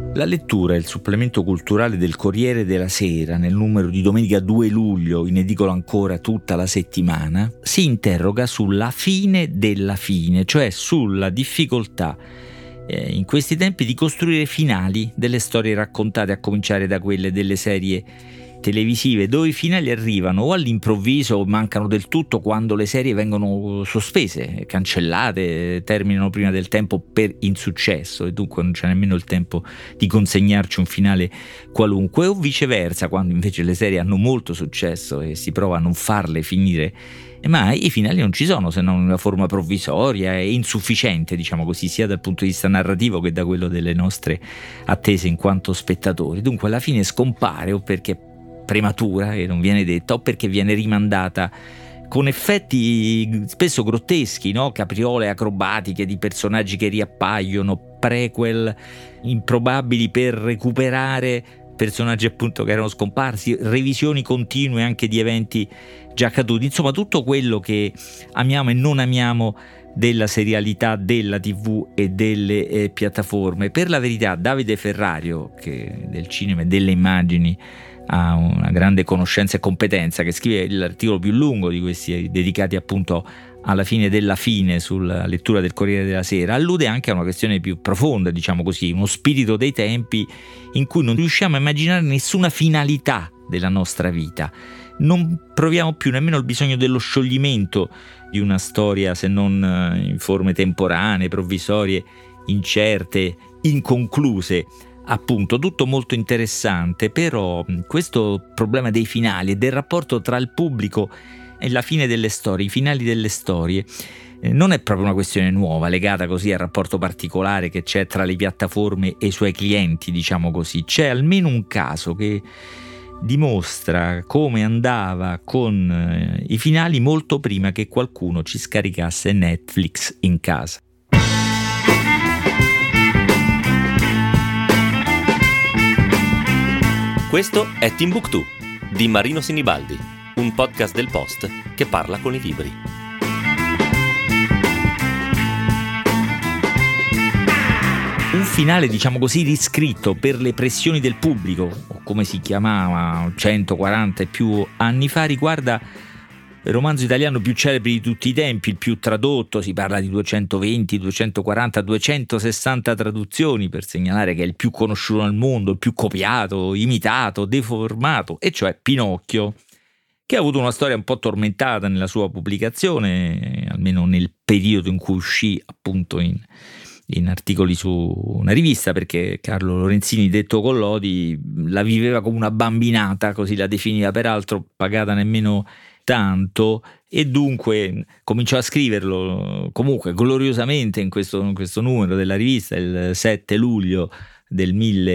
La lettura è il supplemento culturale del Corriere della Sera nel numero di domenica 2 luglio, in edicola ancora tutta la settimana, si interroga sulla fine della fine, cioè sulla difficoltà in questi tempi di costruire finali delle storie raccontate, a cominciare da quelle delle serie televisive, dove i finali arrivano o all'improvviso o mancano del tutto quando le serie vengono sospese, cancellate, terminano prima del tempo per insuccesso e dunque non c'è nemmeno il tempo di consegnarci un finale qualunque, o viceversa, quando invece le serie hanno molto successo e si prova a non farle finire mai, i finali non ci sono, se non in una forma provvisoria e insufficiente, diciamo così, sia dal punto di vista narrativo che da quello delle nostre attese in quanto spettatori. Dunque alla fine scompare, o perché prematura e non viene detta, o perché viene rimandata con effetti spesso grotteschi, no? Capriole acrobatiche di personaggi che riappaiono, prequel improbabili per recuperare personaggi appunto che erano scomparsi, revisioni continue anche di eventi già accaduti, insomma tutto quello che amiamo e non amiamo della serialità, della TV e delle piattaforme. Per la verità Davide Ferrario, che del cinema e delle immagini ha una grande conoscenza e competenza, che scrive l'articolo più lungo di questi dedicati appunto alla fine della fine sulla lettura del Corriere della Sera, allude anche a una questione più profonda, diciamo così, uno spirito dei tempi in cui non riusciamo a immaginare nessuna finalità della nostra vita, non proviamo più nemmeno il bisogno dello scioglimento di una storia, se non in forme temporanee, provvisorie, incerte, inconcluse. Appunto, tutto molto interessante, però questo problema dei finali e del rapporto tra il pubblico e la fine delle storie, i finali delle storie, non è proprio una questione nuova, legata così al rapporto particolare che c'è tra le piattaforme e i suoi clienti, diciamo così. C'è almeno un caso che dimostra come andava con i finali molto prima che qualcuno ci scaricasse Netflix in casa. Questo è Timbuktu di Marino Sinibaldi, un podcast del Post che parla con i libri. Un finale, diciamo così, riscritto per le pressioni del pubblico, o come si chiamava 140 e più anni fa, riguarda il romanzo italiano più celebre di tutti i tempi, il più tradotto, si parla di 220, 240, 260 traduzioni, per segnalare che è il più conosciuto al mondo, il più copiato, imitato, deformato, e cioè Pinocchio, che ha avuto una storia un po' tormentata nella sua pubblicazione, almeno nel periodo in cui uscì appunto in articoli su una rivista, perché Carlo Lorenzini, detto Collodi, la viveva come una bambinata, così la definiva, peraltro pagata nemmeno tanto, e dunque cominciò a scriverlo comunque gloriosamente in questo numero della rivista. Il 7 luglio del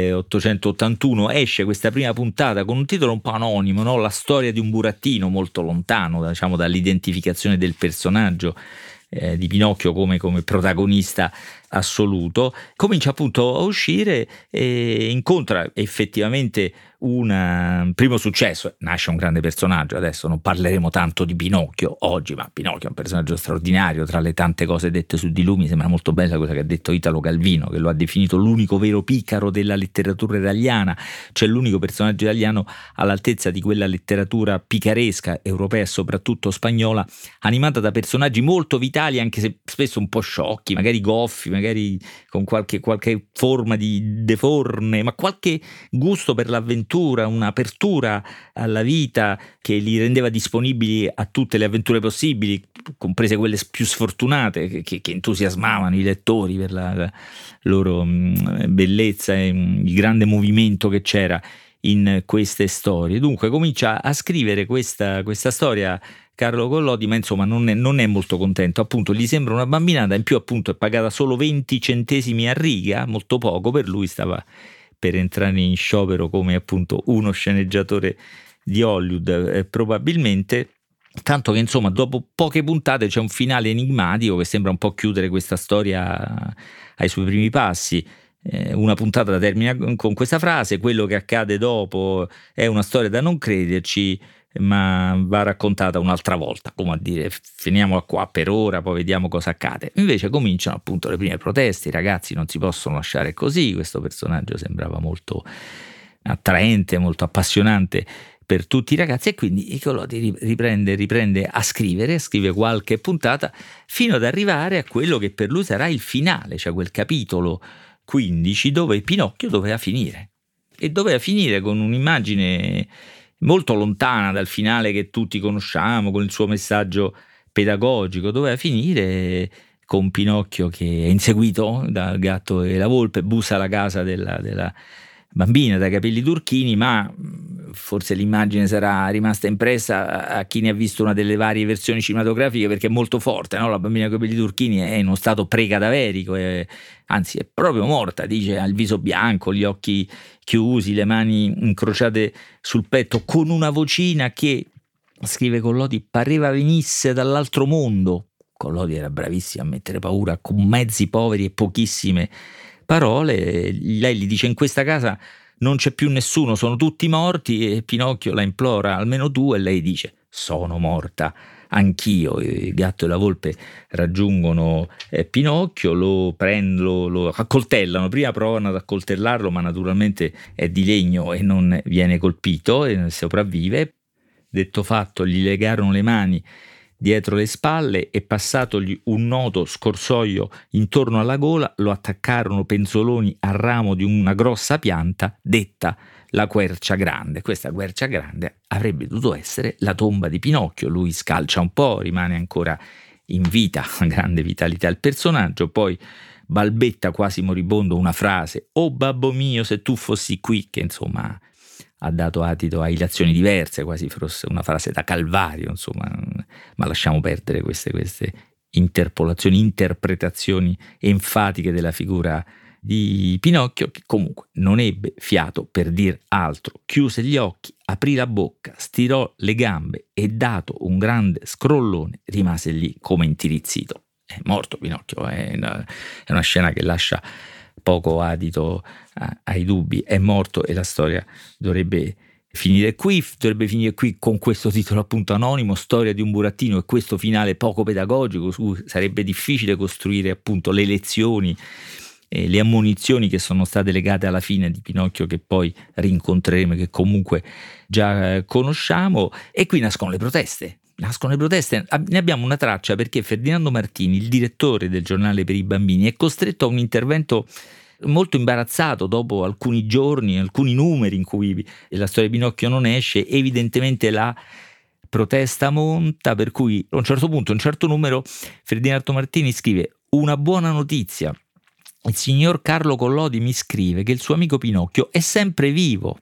1881 esce questa prima puntata con un titolo un po' anonimo, no? La storia di un burattino, molto lontano, diciamo, dall'identificazione del personaggio di Pinocchio come protagonista assoluto. Comincia appunto a uscire e incontra effettivamente un primo successo, nasce un grande personaggio. Adesso non parleremo tanto di Pinocchio oggi, ma Pinocchio è un personaggio straordinario. Tra le tante cose dette su di lui mi sembra molto bella quella che ha detto Italo Calvino, che lo ha definito l'unico vero Piccaro della letteratura italiana, cioè l'unico personaggio italiano all'altezza di quella letteratura picaresca europea e soprattutto spagnola, animata da personaggi molto vitali, anche se spesso un po' sciocchi, magari goffi, magari con qualche forma di deforme, ma qualche gusto per l'avventura, un'apertura alla vita che li rendeva disponibili a tutte le avventure possibili, comprese quelle più sfortunate, che entusiasmavano i lettori per la loro bellezza e il grande movimento che c'era in queste storie. Dunque comincia a scrivere questa storia Carlo Collodi, ma insomma non è molto contento, appunto gli sembra una bambinata, in più appunto è pagata solo 20 centesimi a riga, molto poco per lui, stava per entrare in sciopero come appunto uno sceneggiatore di Hollywood probabilmente, tanto che insomma dopo poche puntate c'è un finale enigmatico che sembra un po' chiudere questa storia ai suoi primi passi. Una puntata termina con questa frase: quello che accade dopo è una storia da non crederci, ma va raccontata un'altra volta, come a dire finiamola qua per ora, poi vediamo cosa accade. Invece cominciano appunto le prime proteste, i ragazzi non si possono lasciare così, questo personaggio sembrava molto attraente, molto appassionante per tutti i ragazzi, e quindi Collodi riprende a scrive qualche puntata fino ad arrivare a quello che per lui sarà il finale, cioè quel capitolo 15 dove Pinocchio doveva finire, e doveva finire con un'immagine molto lontana dal finale che tutti conosciamo, con il suo messaggio pedagogico. Doveva finire con Pinocchio che è inseguito dal gatto e la volpe, bussa alla casa della bambina dai capelli turchini, ma forse l'immagine sarà rimasta impressa a chi ne ha visto una delle varie versioni cinematografiche, perché è molto forte, no? La bambina dai capelli turchini è in uno stato precadaverico, anzi è proprio morta, dice, ha il viso bianco, gli occhi chiusi, le mani incrociate sul petto, con una vocina che, scrive Collodi, pareva venisse dall'altro mondo. Collodi era bravissimo a mettere paura con mezzi poveri e pochissime parole. Lei gli dice: in questa casa non c'è più nessuno, sono tutti morti, e Pinocchio la implora: almeno tu, e lei dice: sono morta anch'io. Il gatto e la volpe raggiungono Pinocchio, lo accoltellano, prima provano ad accoltellarlo, ma naturalmente è di legno e non viene colpito e sopravvive. Detto fatto, gli legarono le mani dietro le spalle e, passatogli un nodo scorsoio intorno alla gola, lo attaccarono penzoloni al ramo di una grossa pianta detta la Quercia Grande. Questa Quercia Grande avrebbe dovuto essere la tomba di Pinocchio. Lui scalcia un po', rimane ancora in vita, grande vitalità il personaggio, poi balbetta quasi moribondo una frase: "Oh babbo mio, se tu fossi qui", che insomma ha dato adito a ilazioni diverse, quasi fosse una frase da Calvario, insomma, ma lasciamo perdere queste interpretazioni enfatiche della figura di Pinocchio, che comunque non ebbe fiato per dir altro. Chiuse gli occhi, aprì la bocca, stirò le gambe e, dato un grande scrollone, rimase lì come intirizzito. È morto Pinocchio, è una scena che lascia poco adito ai dubbi. È morto e la storia dovrebbe finire qui con questo titolo appunto anonimo, Storia di un burattino, e questo finale poco pedagogico su cui sarebbe difficile costruire appunto le lezioni e le ammonizioni che sono state legate alla fine di Pinocchio, che poi rincontreremo, che comunque già conosciamo. E qui nascono le proteste, ne abbiamo una traccia perché Ferdinando Martini, il direttore del giornale per i bambini, è costretto a un intervento molto imbarazzato dopo alcuni giorni, alcuni numeri in cui la storia di Pinocchio non esce. Evidentemente la protesta monta, per cui a un certo punto, un certo numero, Ferdinando Martini scrive: una buona notizia, il signor Carlo Collodi mi scrive che il suo amico Pinocchio è sempre vivo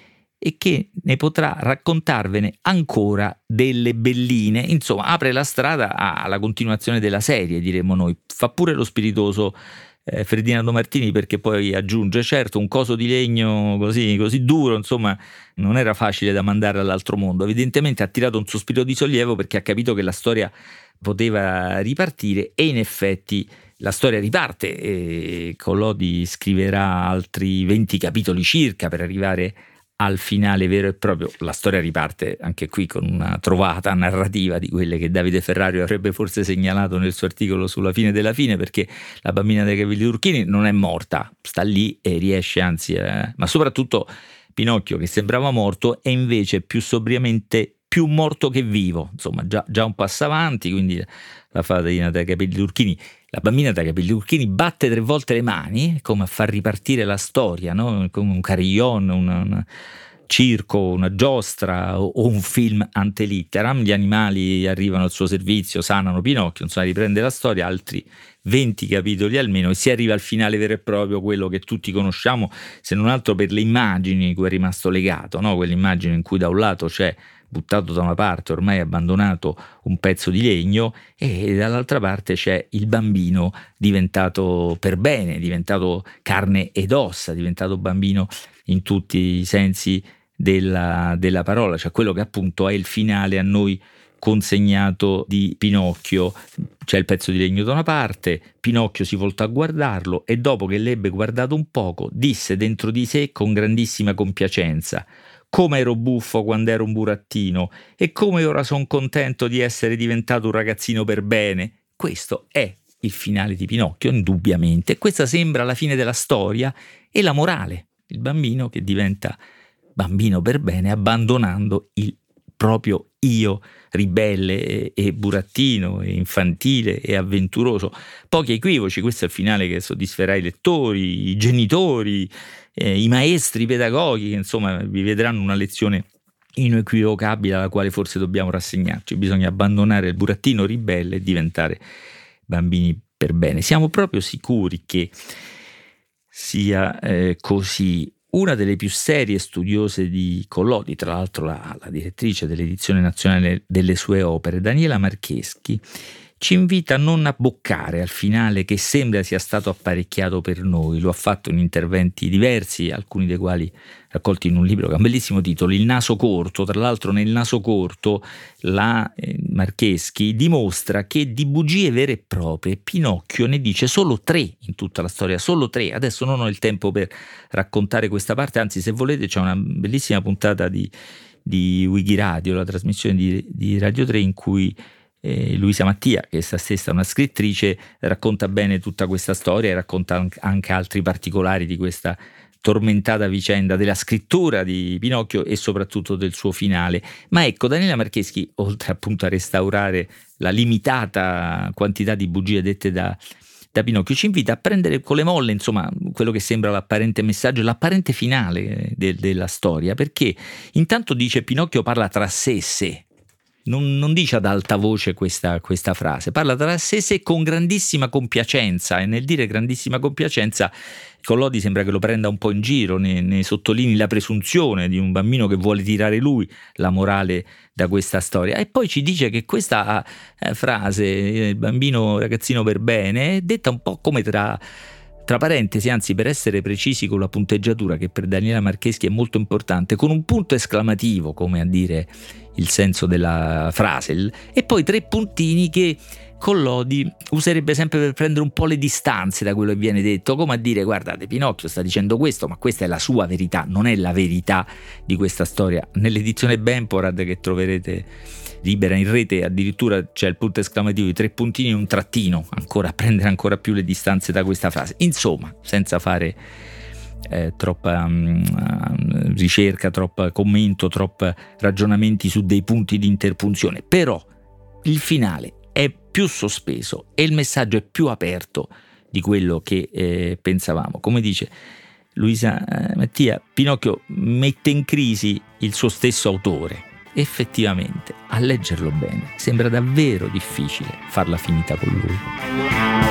e che ne potrà raccontarvene ancora delle belline. Insomma, apre la strada alla continuazione della serie, diremmo noi. Fa pure lo spiritoso Ferdinando Martini, perché poi aggiunge: certo, un coso di legno così duro, insomma, non era facile da mandare all'altro mondo. Evidentemente ha tirato un sospiro di sollievo, perché ha capito che la storia poteva ripartire, e in effetti la storia riparte, e Collodi scriverà altri 20 capitoli circa per arrivare al finale vero e proprio. La storia riparte anche qui con una trovata narrativa di quelle che Davide Ferrario avrebbe forse segnalato nel suo articolo sulla fine della fine, perché la bambina dai capelli turchini non è morta, sta lì e riesce anzi ma soprattutto Pinocchio, che sembrava morto, è invece più sobriamente più morto che vivo, insomma già un passo avanti. Quindi la fatina dai capelli turchini, la bambina dai capelli turchini, batte 3 volte le mani come a far ripartire la storia, no? Come un carillon, un circo, una giostra o un film ante litteram. Gli animali arrivano al suo servizio, sanano Pinocchio, insomma riprende la storia, altri 20 capitoli almeno, e si arriva al finale vero e proprio, quello che tutti conosciamo, se non altro per le immagini in cui è rimasto legato, no? Quell'immagine in cui da un lato c'è, buttato da una parte, ormai abbandonato, un pezzo di legno, e dall'altra parte c'è il bambino diventato per bene, diventato carne ed ossa, diventato bambino in tutti i sensi della parola, cioè quello che appunto è il finale a noi consegnato di Pinocchio. C'è il pezzo di legno da una parte, Pinocchio si voltò a guardarlo e, dopo che l'ebbe guardato un poco, disse dentro di sé con grandissima compiacenza: come ero buffo quando ero un burattino e come ora sono contento di essere diventato un ragazzino per bene. Questo è il finale di Pinocchio, indubbiamente. Questa sembra la fine della storia e la morale, il bambino che diventa bambino per bene abbandonando il proprio io ribelle e burattino e infantile e avventuroso. Pochi equivoci, questo è il finale che soddisferà i lettori, i genitori, i maestri, i pedagoghi, che insomma vi vedranno una lezione inequivocabile alla quale forse dobbiamo rassegnarci. Bisogna abbandonare il burattino ribelle e diventare bambini per bene. Siamo proprio sicuri che sia così. Una delle più serie studiose di Collodi, tra l'altro la direttrice dell'edizione nazionale delle sue opere, Daniela Marcheschi, ci invita a non abboccare al finale che sembra sia stato apparecchiato per noi. Lo ha fatto in interventi diversi, alcuni dei quali raccolti in un libro che ha un bellissimo titolo, Il naso corto. Tra l'altro nel naso corto la Marcheschi dimostra che di bugie vere e proprie Pinocchio ne dice solo 3 in tutta la storia, solo 3. Adesso non ho il tempo per raccontare questa parte, anzi se volete c'è una bellissima puntata di Wikiradio, la trasmissione di Radio 3 in cui Luisa Mattia, che è essa stessa una scrittrice, racconta bene tutta questa storia e racconta anche altri particolari di questa tormentata vicenda della scrittura di Pinocchio e soprattutto del suo finale. Ma ecco, Daniela Marcheschi, oltre appunto a restaurare la limitata quantità di bugie dette da Pinocchio, ci invita a prendere con le molle, insomma, quello che sembra l'apparente messaggio, l'apparente finale della storia, perché intanto dice Pinocchio parla tra sé e sé. Non dice ad alta voce questa frase, parla tra sé e sé con grandissima compiacenza, e nel dire grandissima compiacenza Collodi sembra che lo prenda un po' in giro, ne sottolinei la presunzione di un bambino che vuole tirare lui la morale da questa storia, e poi ci dice che questa frase, il bambino ragazzino per bene, è detta un po' come tra parentesi, anzi per essere precisi con la punteggiatura che per Daniela Marcheschi è molto importante, con un punto esclamativo come a dire il senso della frase, e poi 3 puntini che Collodi userebbe sempre per prendere un po' le distanze da quello che viene detto, come a dire guardate, Pinocchio sta dicendo questo, ma questa è la sua verità, non è la verità di questa storia. Nell'edizione Bemporad che troverete libera in rete addirittura c'è il punto esclamativo di 3 puntini e un trattino, ancora a prendere ancora più le distanze da questa frase. Insomma, senza fare troppa ricerca, troppo commento, troppi ragionamenti su dei punti di interpunzione, però il finale è più sospeso e il messaggio è più aperto di quello che pensavamo. Come dice Luisa Mattia, Pinocchio mette in crisi il suo stesso autore. Effettivamente, a leggerlo bene, sembra davvero difficile farla finita con lui.